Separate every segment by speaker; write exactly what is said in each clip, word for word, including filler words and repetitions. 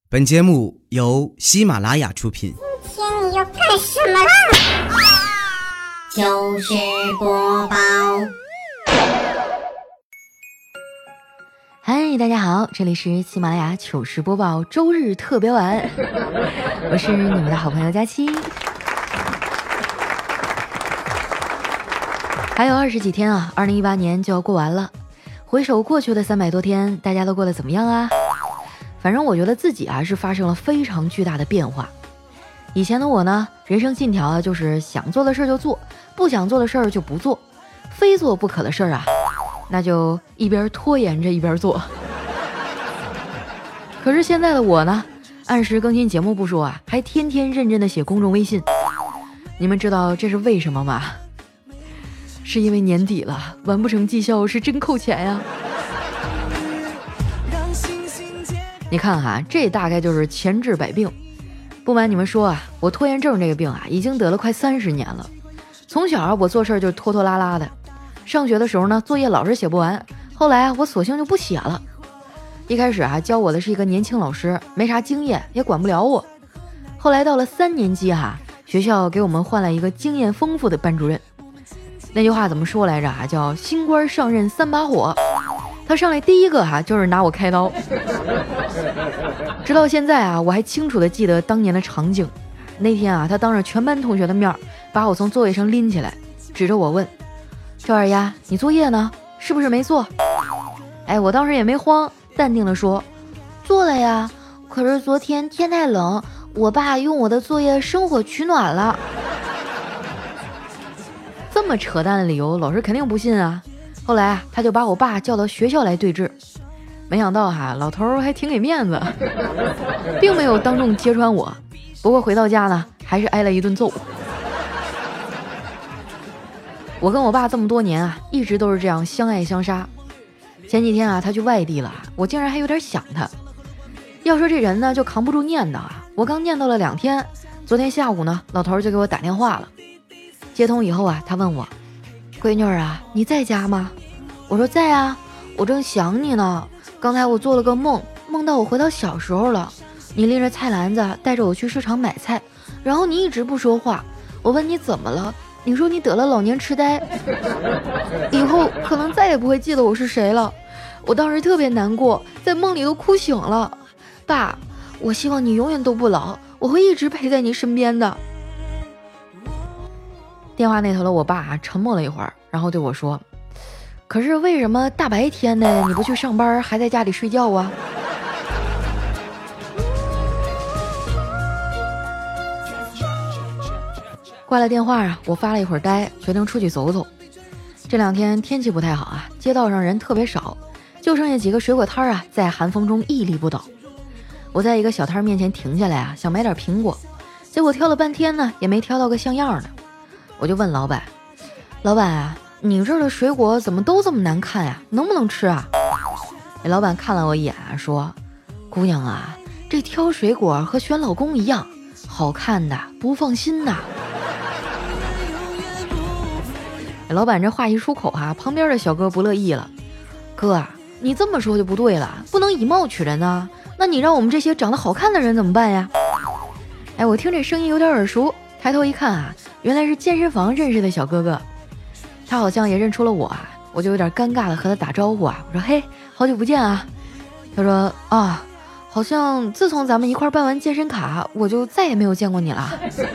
Speaker 1: 本节目由喜马拉雅出品。
Speaker 2: 今天你要干什么啦？
Speaker 3: 糗事播报。
Speaker 4: 嗨，大家好，这里是喜马拉雅糗事播报周日特别晚，我是你们的好朋友佳期。还有二十几天啊，二零一八年就要过完了。回首过去的三百多天，大家都过得怎么样啊？反正我觉得自己啊是发生了非常巨大的变化。以前的我呢，人生信条啊就是想做的事就做，不想做的事儿就不做，非做不可的事儿啊，那就一边拖延着一边做。可是现在的我呢，按时更新节目不说啊，还天天认真的写公众微信。你们知道这是为什么吗？是因为年底了，完不成绩效是真扣钱呀。你看哈，这大概就是钱治百病。不瞒你们说啊，我拖延症这个病啊，已经得了快三十年了。从小啊，我做事就拖拖拉拉的。上学的时候呢，作业老是写不完，后来啊，我索性就不写了。一开始啊，教我的是一个年轻老师，没啥经验，也管不了我。后来到了三年级哈、啊，学校给我们换了一个经验丰富的班主任。那句话怎么说来着啊？叫新官上任三把火。他上来第一个哈、啊，就是拿我开刀。直到现在啊，我还清楚地记得当年的场景。那天啊，他当着全班同学的面把我从座位上拎起来，指着我问：“赵二丫，你作业呢？是不是没做？”哎，我当时也没慌，淡定地说：“做了呀，可是昨天天太冷，我爸用我的作业生火取暖了。”这么扯淡的理由，老师肯定不信啊。后来啊，他就把我爸叫到学校来对质。没想到哈、啊，老头还挺给面子，并没有当众揭穿我。不过回到家呢，还是挨了一顿揍。我跟我爸这么多年啊，一直都是这样相爱相杀。前几天啊，他去外地了，我竟然还有点想他。要说这人呢，就扛不住念叨啊。我刚念叨了两天，昨天下午呢，老头就给我打电话了。接通以后啊，他问我：“闺女儿啊，你在家吗？”我说：“在啊，我正想你呢。刚才我做了个梦，梦到我回到小时候了。你拎着菜篮子带着我去市场买菜，然后你一直不说话。我问你怎么了，你说你得了老年痴呆，以后可能再也不会记得我是谁了。我当时特别难过，在梦里都哭醒了。爸，我希望你永远都不老，我会一直陪在你身边的。”电话那头的我爸啊，沉默了一会儿，然后对我说：“可是为什么大白天的你不去上班，还在家里睡觉啊？”挂了电话啊，我发了一会儿呆，决定出去走走。这两天天气不太好啊，街道上人特别少，就剩下几个水果摊啊，在寒风中屹立不倒。我在一个小摊面前停下来啊，想买点苹果，结果挑了半天呢，也没挑到个像样的。我就问老板：“老板啊，你这儿的水果怎么都这么难看呀？能不能吃啊？”那老板看了我一眼啊，说：“姑娘啊，这挑水果和选老公一样，好看的不放心呐。”老板这话一出口啊，旁边的小哥不乐意了：“哥，你这么说就不对了，不能以貌取人啊。那你让我们这些长得好看的人怎么办呀？”哎，我听这声音有点耳熟，抬头一看啊，原来是健身房认识的小哥哥。他好像也认出了我啊，我就有点尴尬的和他打招呼啊，我说：“嘿，好久不见啊。”他说：“啊，好像自从咱们一块办完健身卡，我就再也没有见过你了。”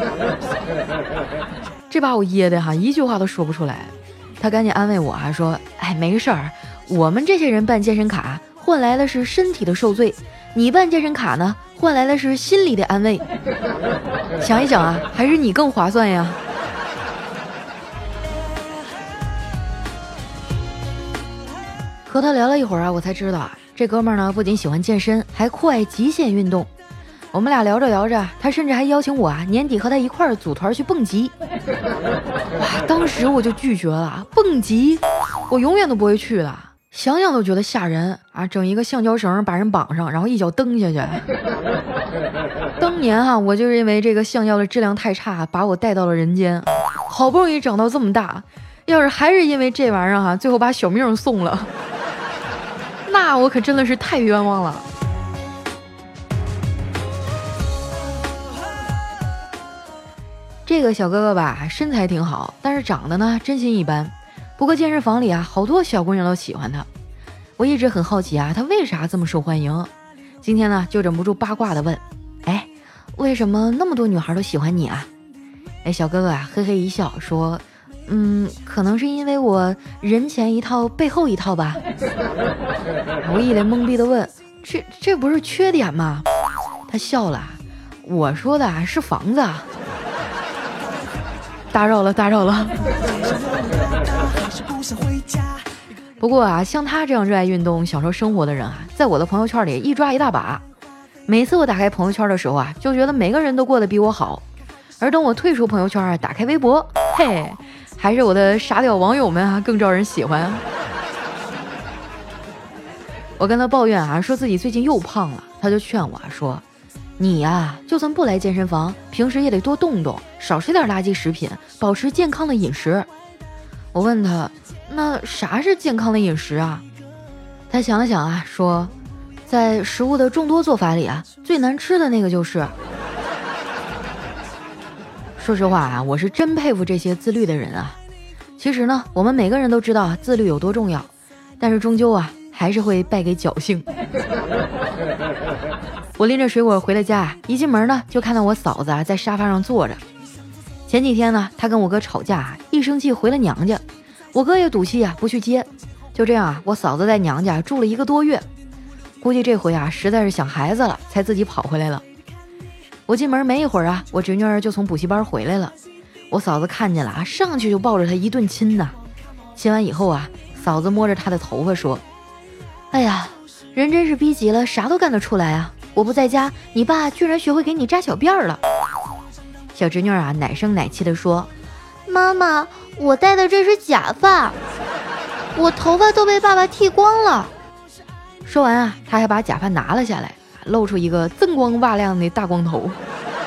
Speaker 4: 这把我噎的哈，一句话都说不出来。他赶紧安慰我啊，说：“哎，没事儿，我们这些人办健身卡换来的是身体的受罪，你办健身卡呢，换来的是心理的安慰。想一想啊，还是你更划算呀。”和他聊了一会儿啊，我才知道啊，这哥们儿呢不仅喜欢健身，还酷爱极限运动。我们俩聊着聊着，他甚至还邀请我啊年底和他一块儿组团去蹦极。哇，当时我就拒绝了，蹦极我永远都不会去的，想想都觉得吓人啊！整一个橡胶绳把人绑上，然后一脚蹬下去。当年哈、啊，我就是因为这个橡胶的质量太差，把我带到了人间。好不容易长到这么大，要是还是因为这玩意儿哈，最后把小命送了。那我可真的是太冤枉了。 这个小哥哥吧，身材挺好，但是长得呢真心一般。不过健身房里啊，好多小姑娘都喜欢他。我一直很好奇啊，他为啥这么受欢迎？今天呢，就忍不住八卦的问：哎，为什么那么多女孩都喜欢你啊？哎，小哥哥啊，嘿嘿一笑说：嗯，可能是因为我人前一套，背后一套吧。我一脸懵逼的问：这这不是缺点吗？他笑了，我说的啊是房子啊。打扰了，打扰了。不过啊，像他这样热爱运动、享受生活的人啊，在我的朋友圈里一抓一大把。每次我打开朋友圈的时候啊，就觉得每个人都过得比我好。而等我退出朋友圈啊，打开微博，嘿，还是我的傻屌网友们啊更招人喜欢。我跟他抱怨啊，说自己最近又胖了，他就劝我说：你呀、啊，就算不来健身房，平时也得多动动，少吃点垃圾食品，保持健康的饮食。我问他，那啥是健康的饮食啊？他想了想啊，说，在食物的众多做法里啊，最难吃的那个就是。说实话啊，我是真佩服这些自律的人啊。其实呢，我们每个人都知道自律有多重要，但是终究啊，还是会败给侥幸。我拎着水果回了家，一进门呢，就看到我嫂子啊在沙发上坐着。前几天呢，她跟我哥吵架，一生气回了娘家，我哥也赌气啊，不去接。就这样啊，我嫂子在娘家住了一个多月，估计这回啊，实在是想孩子了，才自己跑回来了。我进门没一会儿啊，我侄女儿就从补习班回来了，我嫂子看见了啊，上去就抱着她一顿亲呐。亲完以后啊，嫂子摸着她的头发说：哎呀，人真是逼急了，啥都干得出来啊！我不在家，你爸居然学会给你扎小辫了。小侄女啊，奶声奶气地说：妈妈，我戴的这是假发，我头发都被爸爸剃光了。说完啊，她还把假发拿了下来，露出一个锃光瓦亮的大光头。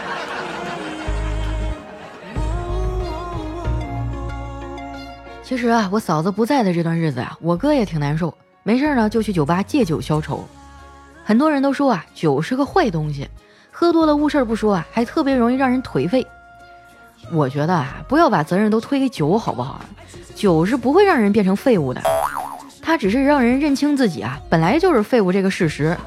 Speaker 4: 其实啊，我嫂子不在的这段日子啊，我哥也挺难受，没事呢就去酒吧借酒消愁。很多人都说啊，酒是个坏东西，喝多了误事不说啊，还特别容易让人颓废。我觉得啊，不要把责任都推给酒好不好？酒是不会让人变成废物的，它只是让人认清自己啊，本来就是废物这个事实。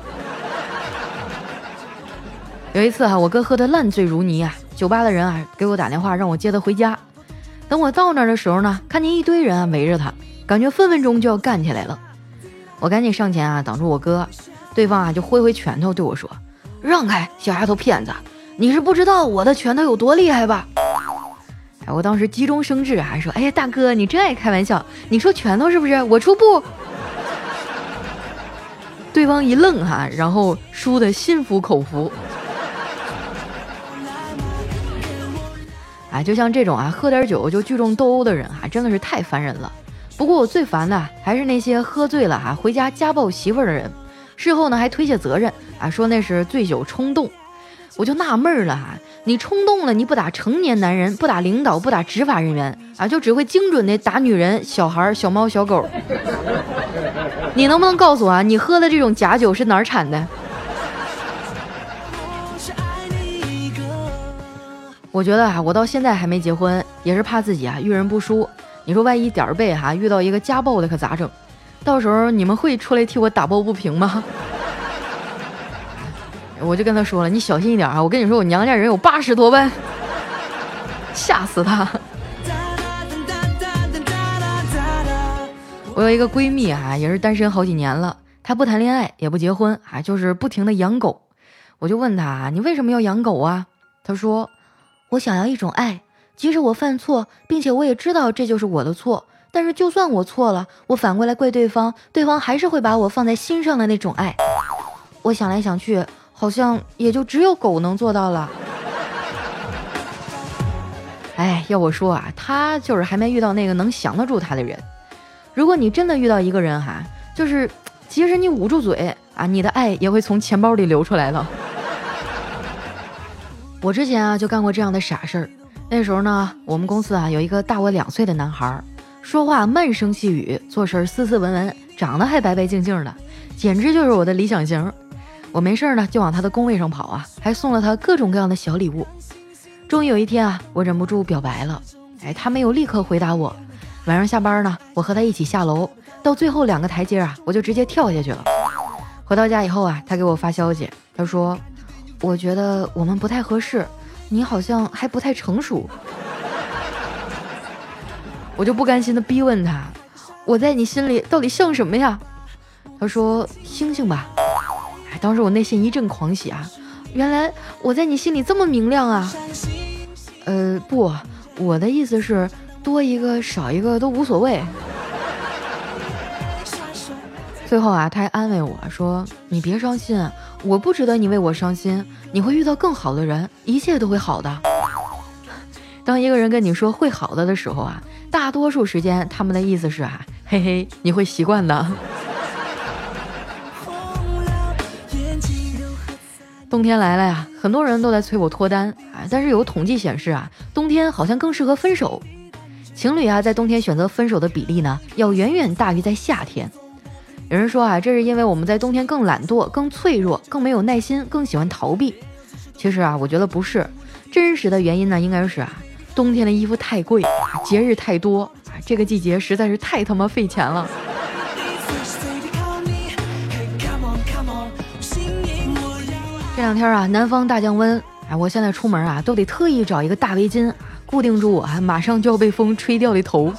Speaker 4: 有一次啊，我哥喝得烂醉如泥啊，酒吧的人啊给我打电话让我接他回家。等我到那儿的时候呢，看见一堆人啊围着他，感觉分分钟就要干起来了。我赶紧上前啊挡住我哥，对方啊就挥挥拳头对我说：让开，小丫头片子，你是不知道我的拳头有多厉害吧？哎，我当时急中生智啊，说：哎呀大哥，你真爱开玩笑，你说拳头是不是？我出布。对方一愣哈、啊，然后输得心服口服。啊，就像这种啊，喝点酒就聚众斗殴的人啊，真的是太烦人了。不过我最烦的还是那些喝醉了啊回家家暴媳妇儿的人，事后呢还推卸责任啊，说那是醉酒冲动。我就纳闷了哈，你冲动了，你不打成年男人，不打领导，不打执法人员啊，就只会精准的打女人、小孩、小猫、小狗。你能不能告诉我啊，你喝的这种假酒是哪儿产的？我觉得啊，我到现在还没结婚，也是怕自己啊遇人不淑。你说万一点儿背哈、啊、遇到一个家暴的可咋整？到时候你们会出来替我打抱不平吗？我就跟他说了，你小心一点啊！我跟你说，我娘家人有八十多万，吓死他。我有一个闺蜜啊，也是单身好几年了，她不谈恋爱也不结婚啊，就是不停的养狗。我就问她，你为什么要养狗啊？她说，我想要一种爱，即使我犯错，并且我也知道这就是我的错，但是就算我错了，我反过来怪对方，对方还是会把我放在心上的那种爱。我想来想去，好像也就只有狗能做到了。哎，要我说啊，他就是还没遇到那个能降得住他的人。如果你真的遇到一个人哈，就是即使你捂住嘴啊，你的爱也会从钱包里流出来了。我之前啊就干过这样的傻事儿。那时候呢，我们公司啊有一个大我两岁的男孩，说话慢声细语，做事斯斯文文，长得还白白净净的，简直就是我的理想型。我没事呢就往他的工位上跑啊，还送了他各种各样的小礼物。 终于有一天啊，我忍不住表白了。哎，他没有立刻回答我。晚上下班呢，我和他一起下楼，到最后两个台阶啊，我就直接跳下去了。回到家以后啊，他给我发消息，他说：“我觉得我们不太合适，你好像还不太成熟。”我就不甘心的逼问他：“我在你心里到底像什么呀？”他说：“星星吧。”哎，当时我内心一阵狂喜啊，原来我在你心里这么明亮啊！呃，不，我的意思是多一个少一个都无所谓。最后啊，他还安慰我说：“你别伤心，我不值得你为我伤心，你会遇到更好的人，一切都会好的。”当一个人跟你说会好的的时候啊，大多数时间他们的意思是啊，嘿嘿，你会习惯的。冬天来了呀，很多人都在催我脱单啊，但是有统计显示啊，冬天好像更适合分手。情侣啊，在冬天选择分手的比例呢，要远远大于在夏天。有人说啊，这是因为我们在冬天更懒惰、更脆弱、更没有耐心、更喜欢逃避。其实啊，我觉得不是，真实的原因呢，应该是啊，冬天的衣服太贵，节日太多啊，这个季节实在是太他妈费钱了。这两天啊，南方大降温，哎，我现在出门啊，都得特意找一个大围巾固定住我啊，马上就要被风吹掉的头。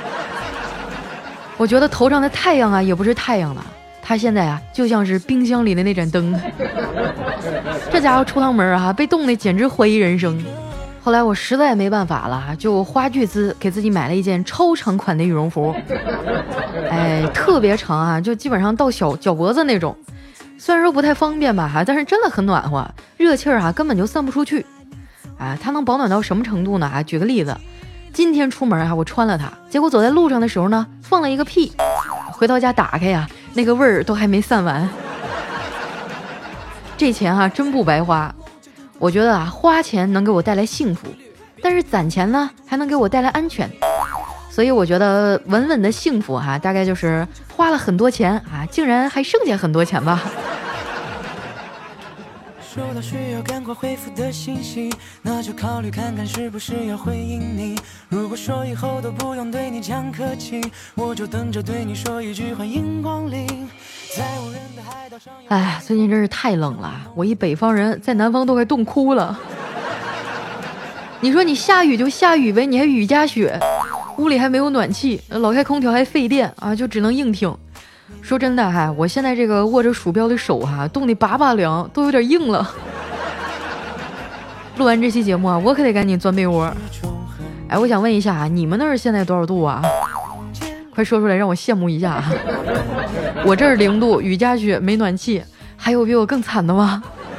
Speaker 4: 我觉得头上的太阳啊，也不是太阳了，它现在啊，就像是冰箱里的那盏灯。这家伙出趟门啊，被冻得简直怀疑人生。后来我实在没办法了，就花巨资给自己买了一件超长款的羽绒服，哎，特别长啊，就基本上到小脚脖子那种。虽然说不太方便吧，但是真的很暖和，热气儿啊根本就散不出去。啊，它能保暖到什么程度呢？啊，举个例子，今天出门啊，我穿了它，结果走在路上的时候呢，放了一个屁，回到家打开呀，那个味儿都还没散完。这钱啊真不白花。我觉得啊，花钱能给我带来幸福，但是攒钱呢还能给我带来安全。所以我觉得稳稳的幸福哈、啊，大概就是花了很多钱啊，竟然还剩下很多钱吧。收到需要赶快回复的信息，那就考虑看看是不是要回应你。如果说以后都不用对你讲客气，我就等着对你说一句欢迎光临。在无人的海岛上，哎，最近真是太冷了，我一北方人在南方都快冻哭了。你说你下雨就下雨呗，你还雨夹雪，屋里还没有暖气，老开空调还费电啊，就只能硬挺。说真的哈，我现在这个握着鼠标的手哈，冻得拔拔凉，都有点硬了。录完这期节目啊，我可得赶紧钻被窝。哎，我想问一下，你们那儿现在多少度啊？快说出来让我羡慕一下。我这儿零度，雨夹雪，没暖气，还有比我更惨的吗？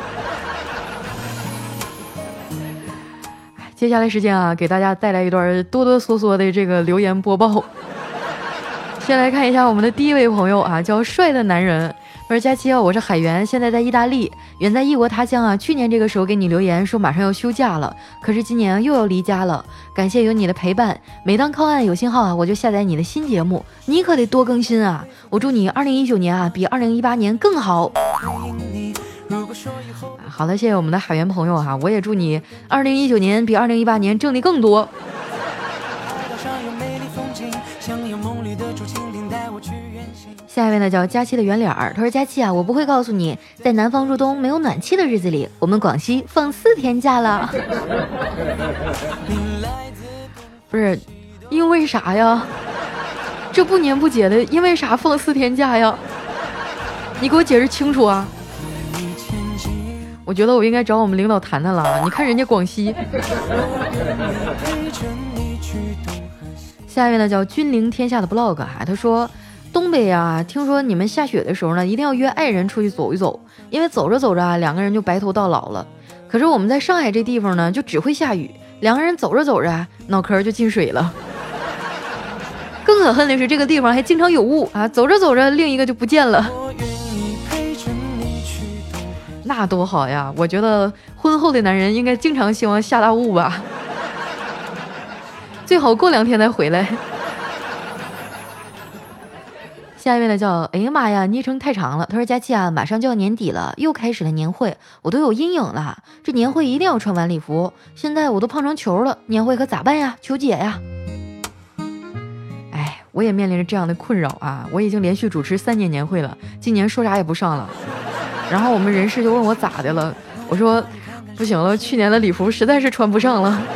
Speaker 4: 接下来时间啊，给大家带来一段哆哆嗦嗦的这个留言播报。先来看一下我们的第一位朋友啊，叫帅的男人。我说佳期啊，我是海源，现在在意大利，远在异国他乡啊。去年这个时候给你留言说马上要休假了，可是今年又要离家了。感谢有你的陪伴，每当靠岸有信号啊，我就下载你的新节目，你可得多更新啊！我祝你二零一九年啊比二零一八年更好。好了，谢谢我们的海源朋友哈、啊，我也祝你二零一九年比二零一八年挣的更多。下一位呢叫佳期的圆脸儿，他说佳期啊，我不会告诉你，在南方入冬没有暖气的日子里，我们广西放四天假了。不是，因为啥呀？这不年不节的，因为啥放四天假呀？你给我解释清楚啊！我觉得我应该找我们领导谈谈了，你看人家广西。下一位呢叫君临天下的 blog 啊，他说东北啊，听说你们下雪的时候呢，一定要约爱人出去走一走，因为走着走着啊，两个人就白头到老了。可是我们在上海这地方呢，就只会下雨，两个人走着走着啊，脑壳就进水了。更可恨的是，这个地方还经常有雾啊，走着走着另一个就不见了。那多好呀！我觉得婚后的男人应该经常希望下大雾吧，最好过两天再回来。 下一位呢叫哎呀妈呀，昵称太长了。他说佳期啊，马上就要年底了，又开始了年会，我都有阴影了。这年会一定要穿晚礼服，现在我都胖成球了，年会可咋办呀？求解呀！哎，我也面临着这样的困扰啊！我已经连续主持三年年会了，今年说啥也不上了。然后我们人事就问我咋的了，我说不行了，去年的礼服实在是穿不上了。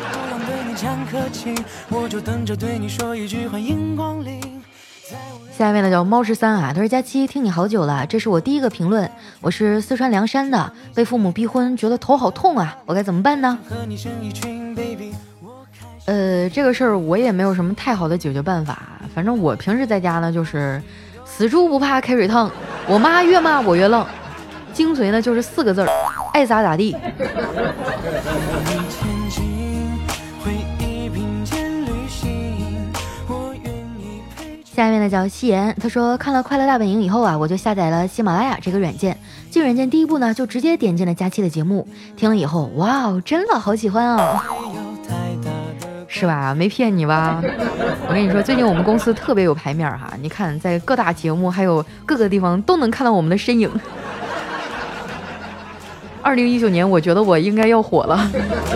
Speaker 4: 下一位呢叫猫十三啊，他说佳期听你好久了，这是我第一个评论，我是四川凉山的，被父母逼婚，觉得头好痛啊，我该怎么办呢？呃，这个事儿我也没有什么太好的解决办法，反正我平时在家呢就是死猪不怕开水烫，我妈越骂我越愣，精髓呢就是四个字儿，爱咋咋地。下一位呢叫夕颜，他说看了《快乐大本营》以后啊，我就下载了喜马拉雅这个软件。进软件第一步呢，就直接点进了佳期的节目，听了以后，哇哦，真的好喜欢哦，是吧？没骗你吧？我跟你说，最近我们公司特别有排面哈，你看在各大节目还有各个地方都能看到我们的身影。二零一九年，我觉得我应该要火了。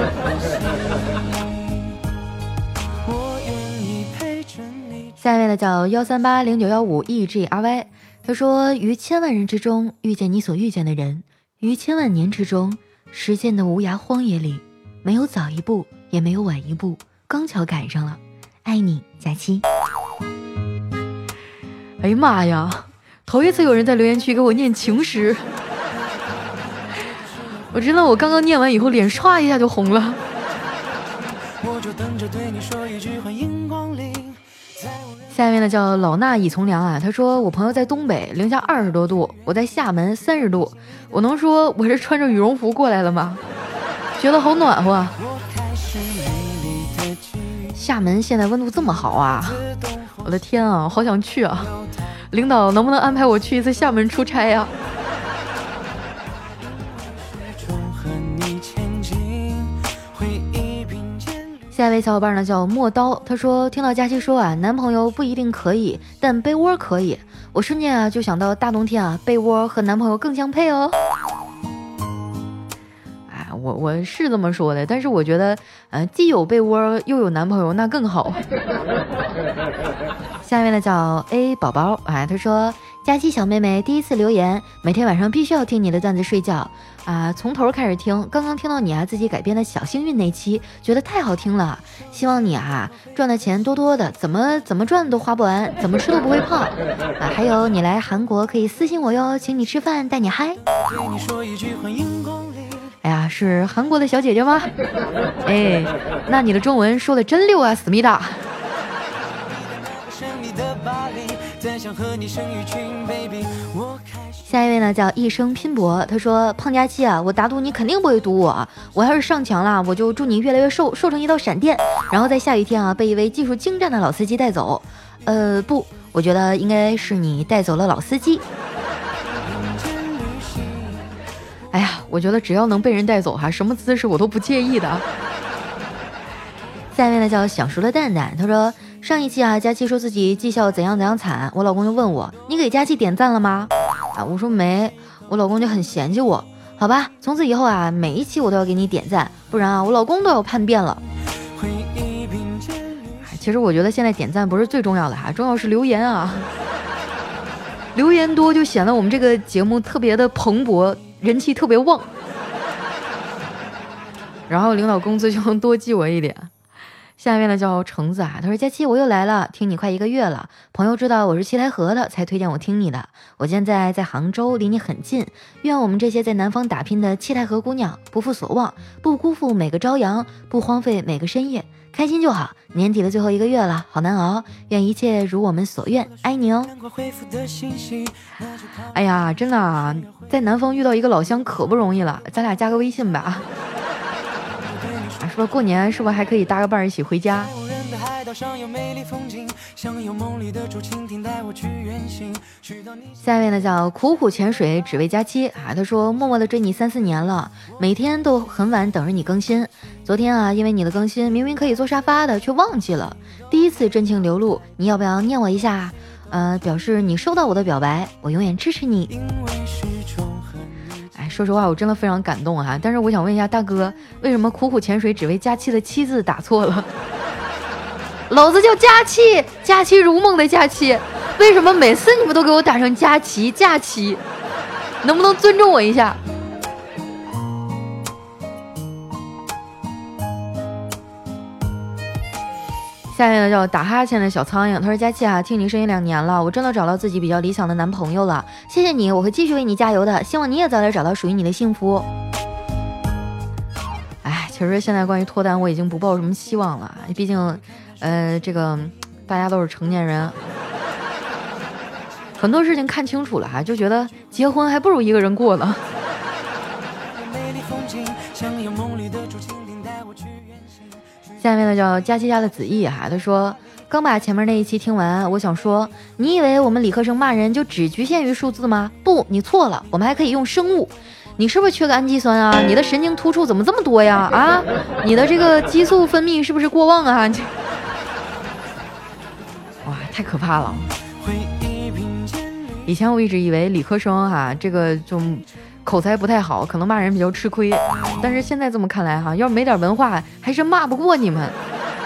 Speaker 4: 下一位呢叫幺三八零九幺五 E G R Y， 他说于千万人之中遇见你所遇见的人，于千万年之中时间的无涯荒野里，没有早一步也没有晚一步，刚巧赶上了，爱你佳期。哎呀妈呀，头一次有人在留言区给我念情诗，我真的我刚刚念完以后脸唰一下就红了。我就等着对你说一句欢迎光临。下面呢叫老衲已从良啊，他说我朋友在东北零下二十多度，我在厦门三十度，我能说我是穿着羽绒服过来了吗？觉得好暖和啊。厦门现在温度这么好啊，我的天啊，好想去啊，领导能不能安排我去一次厦门出差呀？下一位小伙伴呢叫陌刀，他说听到佳期说啊，男朋友不一定可以，但被窝可以，我瞬间啊就想到大冬天啊，被窝和男朋友更相配哦。哎，我我是这么说的，但是我觉得，呃，既有被窝又有男朋友，那更好。下一位呢叫 A 宝宝，哎，他说佳期小妹妹第一次留言，每天晚上必须要听你的段子睡觉啊，从头开始听，刚刚听到你啊自己改编的小幸运那期，觉得太好听了，希望你啊赚的钱多多的，怎么怎么赚都花不完，怎么吃都不会胖啊，还有你来韩国可以私信我哟，请你吃饭带你嗨。哎呀，是韩国的小姐姐吗？哎，那你的中文说的真溜啊，思密达。下一位呢叫一生拼搏，他说胖佳期啊，我打赌你肯定不会赌我，我要是上墙了，我就祝你越来越瘦，瘦成一道闪电，然后在下雨天啊被一位技术精湛的老司机带走。呃不，我觉得应该是你带走了老司机。哎呀，我觉得只要能被人带走哈，什么姿势我都不介意的。下一位呢叫想熟的蛋蛋，他说上一期啊，佳期说自己绩效怎样怎样惨，我老公就问我，你给佳期点赞了吗？啊，我说没，我老公就很嫌弃我。好吧，从此以后啊，每一期我都要给你点赞，不然啊，我老公都要叛变了。其实我觉得现在点赞不是最重要的哈，重要是留言啊，留言多就显得我们这个节目特别的蓬勃，人气特别旺，然后领导工资就能多记我一点。下面呢叫橙子啊，他说佳期我又来了，听你快一个月了，朋友知道我是七台河的才推荐我听你的，我现在在杭州，离你很近，愿我们这些在南方打拼的七台河姑娘不负所望，不辜负每个朝阳，不荒废每个深夜，开心就好，年底的最后一个月了，好难熬，愿一切如我们所愿，爱你哦。哎呀，真的啊，在南方遇到一个老乡可不容易了，咱俩加个微信吧。说过年是不是还可以搭个伴一起回家？下一位呢叫苦苦潜水只为佳期啊，他说默默的追你三四年了，每天都很晚等着你更新。昨天啊，因为你的更新明明可以坐沙发的，却忘记了。第一次真情流露，你要不要念我一下？ 呃，表示你收到我的表白，我永远支持你。哎，说实话，我真的非常感动哈。但是我想问一下大哥，为什么苦苦潜水只为佳期的期字打错了？老子叫佳期，佳期如梦的佳期，为什么每次你们都给我打成佳期假期？能不能尊重我一下？下面呢叫打哈欠的小苍蝇，他说佳期啊，听你声音两年了，我真的找到自己比较理想的男朋友了，谢谢你，我会继续为你加油的，希望你也早点找到属于你的幸福。哎，其实现在关于脱单我已经不抱什么希望了，毕竟呃这个大家都是成年人，很多事情看清楚了哈，就觉得结婚还不如一个人过呢。下面呢叫佳期家的子毅哈，他说刚把前面那一期听完，我想说，你以为我们理科生骂人就只局限于数字吗？不，你错了，我们还可以用生物。你是不是缺个氨基酸啊？你的神经突触怎么这么多呀？啊，你的这个激素分泌是不是过旺啊？哇，太可怕了！以前我一直以为理科生哈，这个就口才不太好，可能骂人比较吃亏，但是现在这么看来哈，要是没点文化，还是骂不过你们。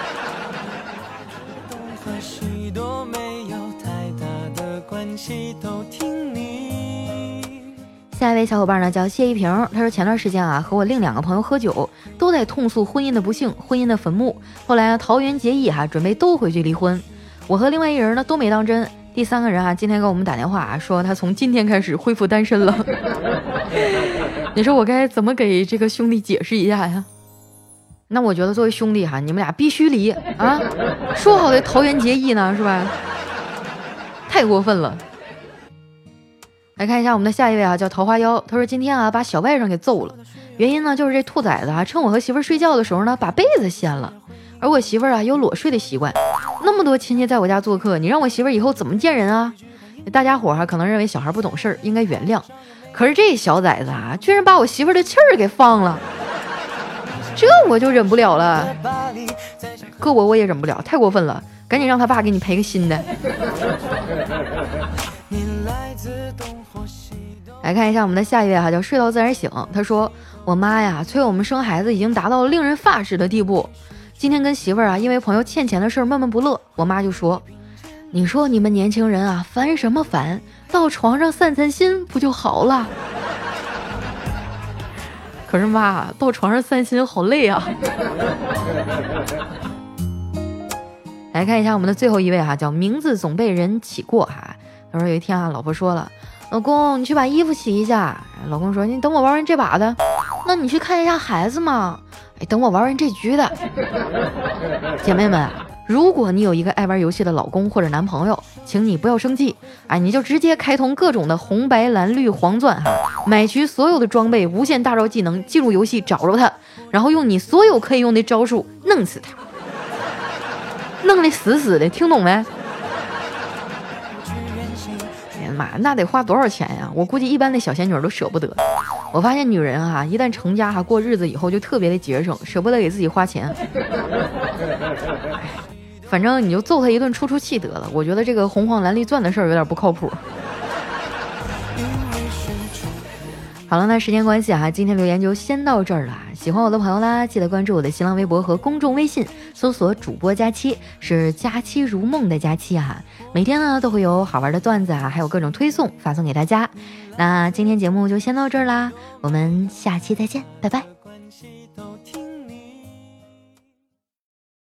Speaker 4: 下一位小伙伴呢叫谢一平，他说前段时间啊和我另两个朋友喝酒，都在痛诉婚姻的不幸，婚姻的坟墓。后来呢桃园结义哈、啊，准备都回去离婚。我和另外一人呢都没当真。第三个人啊今天给我们打电话、啊、说他从今天开始恢复单身了。你说我该怎么给这个兄弟解释一下呀？那我觉得作为兄弟哈、啊，你们俩必须离啊！说好的桃园结义呢是吧？太过分了。来看一下我们的下一位啊，叫桃花妖。他说今天啊把小外甥给揍了，原因呢就是这兔崽子啊趁我和媳妇儿睡觉的时候呢把被子掀了，而我媳妇儿啊有裸睡的习惯。那么多亲戚在我家做客，你让我媳妇儿以后怎么见人啊？大家伙儿、啊、可能认为小孩不懂事儿，应该原谅。可是这小崽子啊，居然把我媳妇儿的气儿给放了，这我就忍不了了。搁我我也忍不了，太过分了，赶紧让他爸给你赔个新的。来看一下我们的下一位哈、啊，叫睡到自然醒。他说我妈呀催我们生孩子已经达到了令人发指的地步。今天跟媳妇儿啊因为朋友欠钱的事儿闷闷不乐，我妈就说你说你们年轻人啊烦什么烦，到床上散散心不就好了。可是妈，到床上散心好累啊。来看一下我们的最后一位哈、啊，叫名字总被人起过哈、啊。他说有一天啊老婆说了，老公你去把衣服洗一下。老公说你等我玩完这把的。那你去看一下孩子嘛。哎，等我玩完这局的。姐妹们，如果你有一个爱玩游戏的老公或者男朋友，请你不要生气，哎，你就直接开通各种的红白蓝绿黄钻哈，买齐所有的装备，无限大招技能，进入游戏找着他，然后用你所有可以用的招数弄死他，弄得死死的，听懂没？妈，那得花多少钱呀？我估计一般的小仙女都舍不得。我发现女人啊，一旦成家哈、啊，过日子以后就特别的节省，舍不得给自己花钱。反正你就揍他一顿出出气得了。我觉得这个红黄蓝绿钻的事儿有点不靠谱。好了，那时间关系啊，今天留言就先到这儿了。喜欢我的朋友啦，记得关注我的新浪微博和公众微信，搜索主播佳期，是佳期如梦的佳期啊。每天呢都会有好玩的段子啊，还有各种推送发送给大家。那今天节目就先到这儿啦，我们下期再见，拜拜。